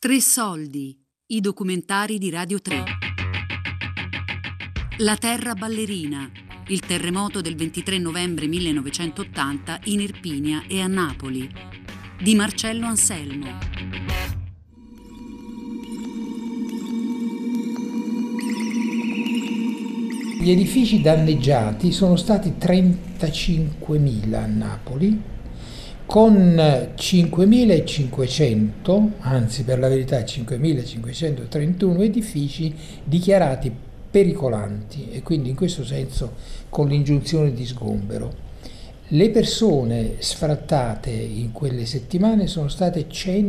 Tre soldi, i documentari di Radio 3. La terra ballerina, il terremoto del 23 novembre 1980 in Irpinia e a Napoli, di Marcello Anselmo. Gli edifici danneggiati sono stati 35.000 a Napoli, con 5.500, anzi per la verità 5.531 edifici dichiarati pericolanti e quindi in questo senso con l'ingiunzione di sgombero. Le persone sfrattate in quelle settimane sono state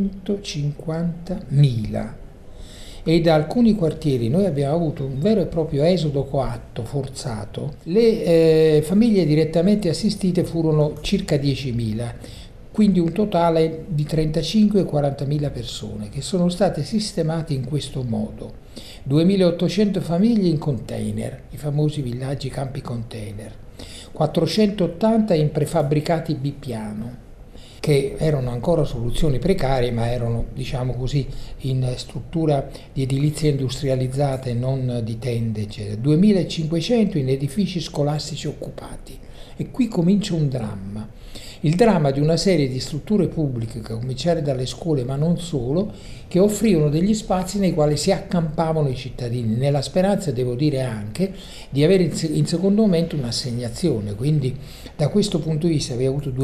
150.000 e da alcuni quartieri noi abbiamo avuto un vero e proprio esodo coatto, forzato. Le famiglie direttamente assistite furono circa 10.000, quindi un totale di 35-40.000 persone che sono state sistemate in questo modo. 2.800 famiglie in container, i famosi villaggi campi container, 480 in prefabbricati bipiano, che erano ancora soluzioni precarie, ma erano, diciamo così, in struttura di edilizia industrializzata e non di tende, eccetera. 2.500 in edifici scolastici occupati. E qui comincia un dramma. Il dramma di una serie di strutture pubbliche, a cominciare dalle scuole, ma non solo, che offrivano degli spazi nei quali si accampavano i cittadini, nella speranza, devo dire anche, di avere in secondo momento un'assegnazione. Quindi da questo punto di vista abbiamo avuto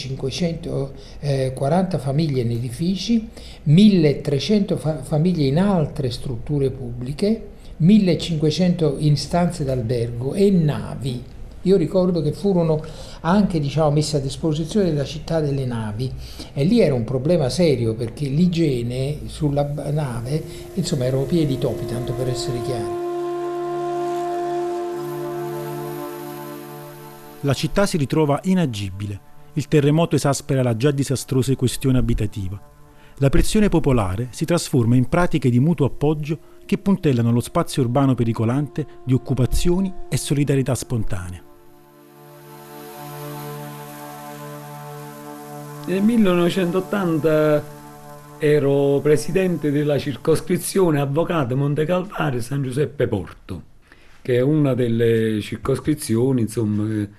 2.540 famiglie in edifici, 1.300 famiglie in altre strutture pubbliche, 1.500 in stanze d'albergo e navi. Io ricordo che furono anche messe a disposizione della città delle navi e lì era un problema serio perché l'igiene sulla nave, erano pieni di topi, tanto per essere chiari. La città si ritrova inagibile, il terremoto esaspera la già disastrosa questione abitativa. La pressione popolare si trasforma in pratiche di mutuo appoggio che puntellano lo spazio urbano pericolante di occupazioni e solidarietà spontanea. Nel 1980 ero presidente della circoscrizione Avvocato Monte Calvario San Giuseppe Porto, che è una delle circoscrizioni che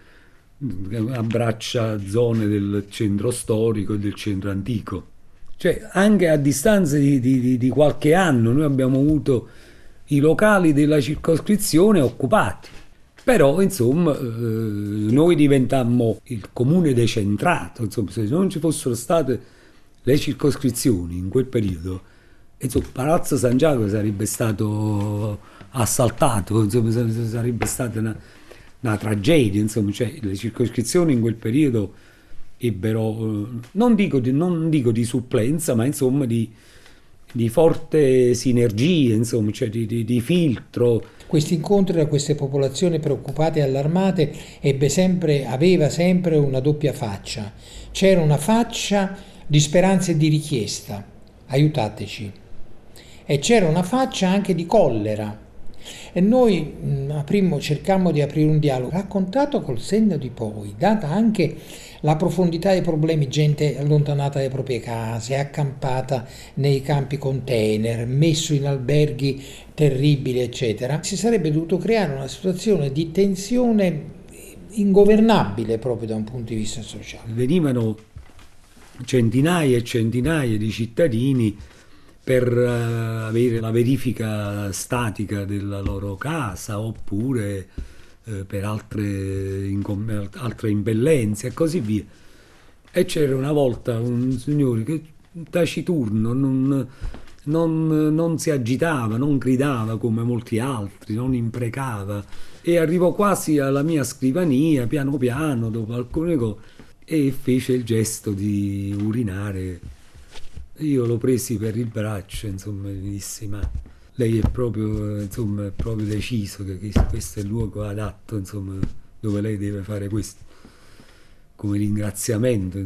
abbraccia zone del centro storico e del centro antico. Cioè, anche a distanza di qualche anno noi abbiamo avuto i locali della circoscrizione occupati. Però, noi diventammo il comune decentrato, se non ci fossero state le circoscrizioni in quel periodo, Palazzo San Giacomo sarebbe stato assaltato, sarebbe stata una tragedia, le circoscrizioni in quel periodo ebbero, non dico di supplenza, ma di forte sinergia, di filtro. Questi incontri da queste popolazioni preoccupate e allarmate aveva sempre una doppia faccia. C'era una faccia di speranza e di richiesta, aiutateci, e c'era una faccia anche di collera. E noi cercammo di aprire un dialogo, raccontato col senno di poi, data anche la profondità dei problemi, gente allontanata dalle proprie case, accampata nei campi container, messo in alberghi terribili, eccetera. Si sarebbe dovuto creare una situazione di tensione ingovernabile proprio da un punto di vista sociale. Venivano centinaia e centinaia di cittadini per avere la verifica statica della loro casa oppure per altre impellenze e così via. E c'era una volta un signore che taciturno, non si agitava, non gridava come molti altri, non imprecava, e arrivò quasi alla mia scrivania piano piano dopo alcune cose e fece il gesto di urinare. Io lo presi per il braccio, e mi dissi: ma lei è proprio deciso che questo è il luogo adatto, dove lei deve fare questo, come ringraziamento,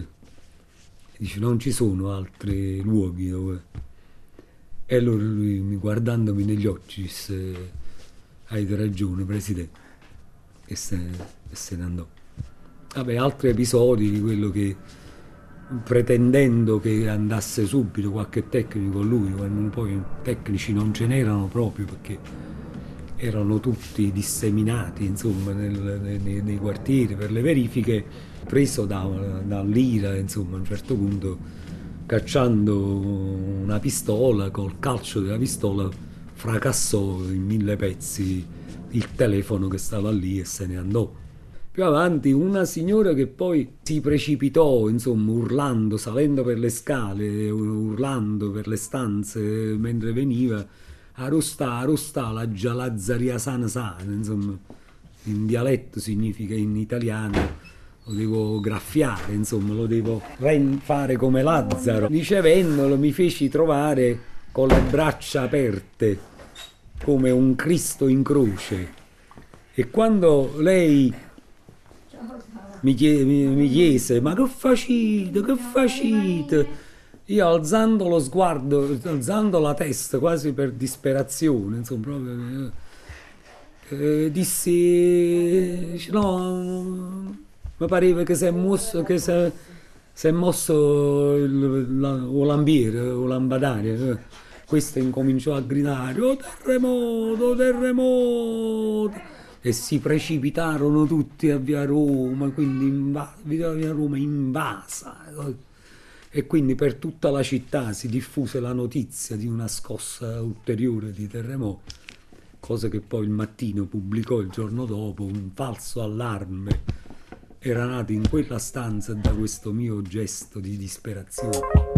dice: non ci sono altri luoghi dove. E allora lui, guardandomi negli occhi, disse: avete ragione, Presidente, e se ne andò. Vabbè, altri episodi di quello che pretendendo che andasse subito qualche tecnico con lui, quando poi tecnici non ce n'erano proprio, perché erano tutti disseminati, insomma, nei quartieri per le verifiche, preso dall'ira, insomma, a un certo punto, cacciando una pistola, col calcio della pistola fracassò in 1000 pezzi il telefono che stava lì e se ne andò. Più avanti una signora che poi si precipitò, insomma, urlando, salendo per le scale, urlando per le stanze mentre veniva, arrostà, la gialazzaria sana, insomma, in dialetto significa in italiano, lo devo graffiare, insomma, lo devo fare come Lazzaro. Ricevendolo mi feci trovare con le braccia aperte, come un Cristo in croce. E quando lei mi chiese, ma che facite? Io alzando lo sguardo, alzando la testa quasi per disperazione, insomma, proprio, dissi, no, mi pareva che si è mosso o lambiere o lampadario. Questo incominciò a gridare, oh terremoto, terremoto! E si precipitarono tutti a via Roma, quindi via Roma invasa. E quindi per tutta la città si diffuse la notizia di una scossa ulteriore di terremoto, cosa che poi il Mattino pubblicò il giorno dopo, un falso allarme era nato in quella stanza da questo mio gesto di disperazione.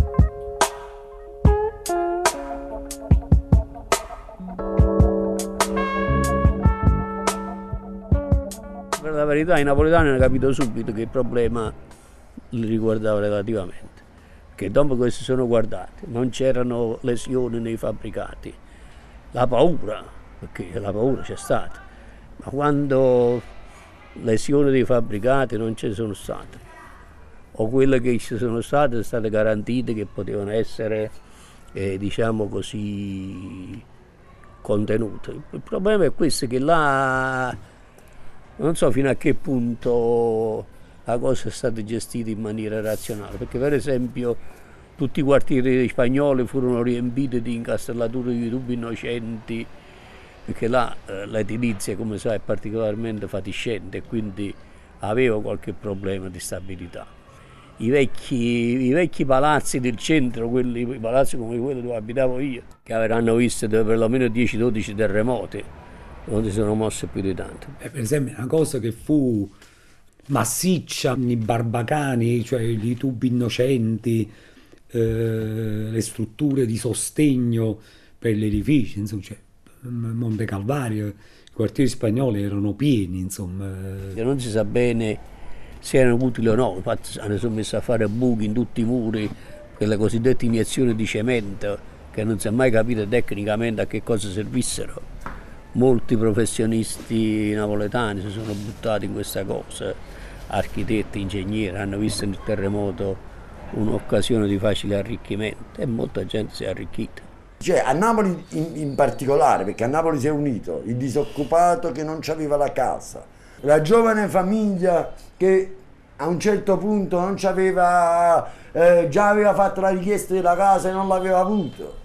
Per la verità i napoletani hanno capito subito che il problema li riguardava relativamente, che dopo che si sono guardati non c'erano lesioni nei fabbricati, la paura, perché la paura c'è stata, ma quando lesioni dei fabbricati non ci sono state, o quelle che ci sono state garantite che potevano essere, diciamo così, contenute. Il problema è questo, che là non so fino a che punto la cosa è stata gestita in maniera razionale, perché per esempio tutti i quartieri spagnoli furono riempiti di incastellature di tubi innocenti, perché là l'edilizia, come sai, è particolarmente fatiscente e quindi aveva qualche problema di stabilità. I vecchi palazzi del centro, i palazzi come quello dove abitavo io, che avranno visto perlomeno 10-12 terremoti, non si sono mosse più di tanto. Per esempio una cosa che fu massiccia, i barbacani, cioè i tubi innocenti, le strutture di sostegno per gli edifici, insomma, cioè, Monte Calvario, i quartieri spagnoli erano pieni, insomma. Non si sa bene se erano utili o no, infatti hanno sono messi a fare buchi in tutti i muri, quelle cosiddette iniezioni di cemento, che non si è mai capito tecnicamente a che cosa servissero. Molti professionisti napoletani si sono buttati in questa cosa, architetti, ingegneri, hanno visto nel terremoto un'occasione di facile arricchimento e molta gente si è arricchita. Cioè a Napoli in particolare, perché a Napoli si è unito il disoccupato che non aveva la casa, la giovane famiglia che a un certo punto non c'aveva, già aveva fatto la richiesta della casa e non l'aveva avuto.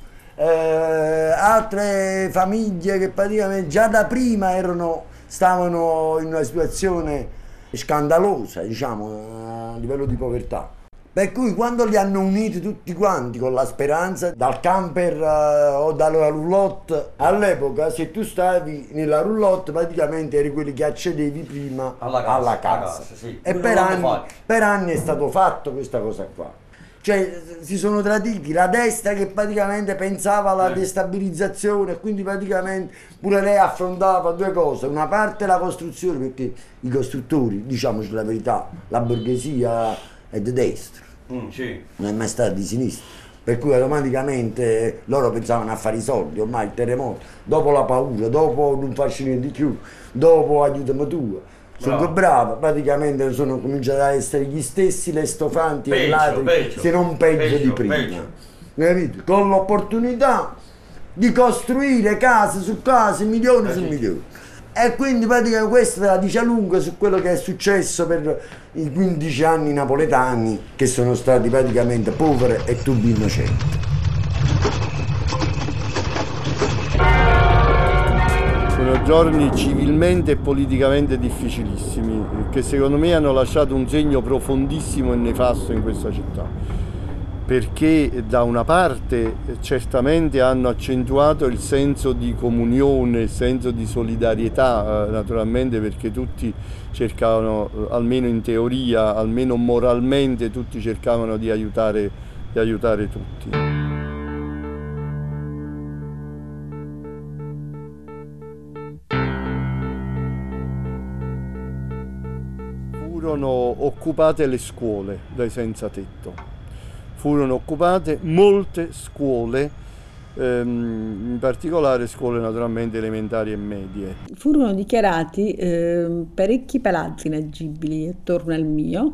Altre famiglie che praticamente già da prima stavano in una situazione scandalosa, diciamo, a livello di povertà. Per cui quando li hanno uniti tutti quanti con la speranza, dal camper o dalla roulotte, all'epoca se tu stavi nella roulotte praticamente eri quelli che accedevi prima alla casa. Sì. E per anni è stato fatto questa cosa qua. Cioè si sono traditi la destra che praticamente pensava alla destabilizzazione e quindi praticamente pure lei affrontava due cose, una parte la costruzione, perché i costruttori, diciamoci la verità, la borghesia è di destra, sì. Non è mai stata di sinistra, per cui automaticamente loro pensavano a fare i soldi, ormai il terremoto, dopo la paura, dopo non farci niente di più, dopo aiutami tu. Sono bravo, praticamente sono cominciati ad essere gli stessi lestofanti e ladri, se non peggio di prima. Capito? Con l'opportunità di costruire case su case, milioni su milioni. E quindi praticamente questo la dice lunga su quello che è successo per i 15 anni napoletani, che sono stati praticamente poveri e tubi innocenti. Sono giorni civilmente e politicamente difficilissimi, che secondo me hanno lasciato un segno profondissimo e nefasto in questa città. Perché da una parte certamente hanno accentuato il senso di comunione, il senso di solidarietà, naturalmente, perché tutti cercavano, almeno in teoria, almeno moralmente, tutti cercavano di aiutare tutti. Furono occupate le scuole dai senza tetto. Furono occupate molte scuole, in particolare scuole naturalmente elementari e medie. Furono dichiarati parecchi palazzi inagibili attorno al mio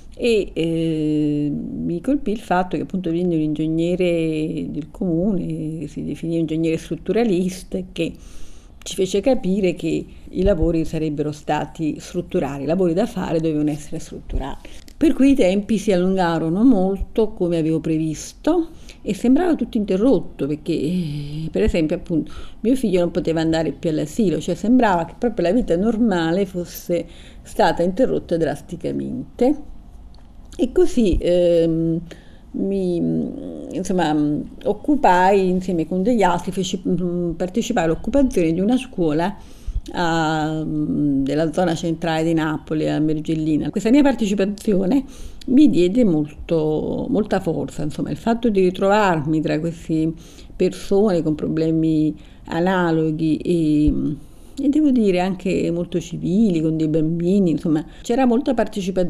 e mi colpì il fatto che appunto venne un ingegnere del comune, che si definiva ingegnere strutturalista, che ci fece capire che i lavori sarebbero stati strutturali, i lavori da fare dovevano essere strutturali. Per cui i tempi si allungarono molto, come avevo previsto, e sembrava tutto interrotto, perché per esempio appunto mio figlio non poteva andare più all'asilo, cioè sembrava che proprio la vita normale fosse stata interrotta drasticamente. E così occupai insieme con degli altri, partecipai all'occupazione di una scuola della zona centrale di Napoli, a Mergellina. Questa mia partecipazione mi diede molta forza, insomma, il fatto di ritrovarmi tra queste persone con problemi analoghi e devo dire anche molto civili, con dei bambini, insomma, c'era molta partecipazione.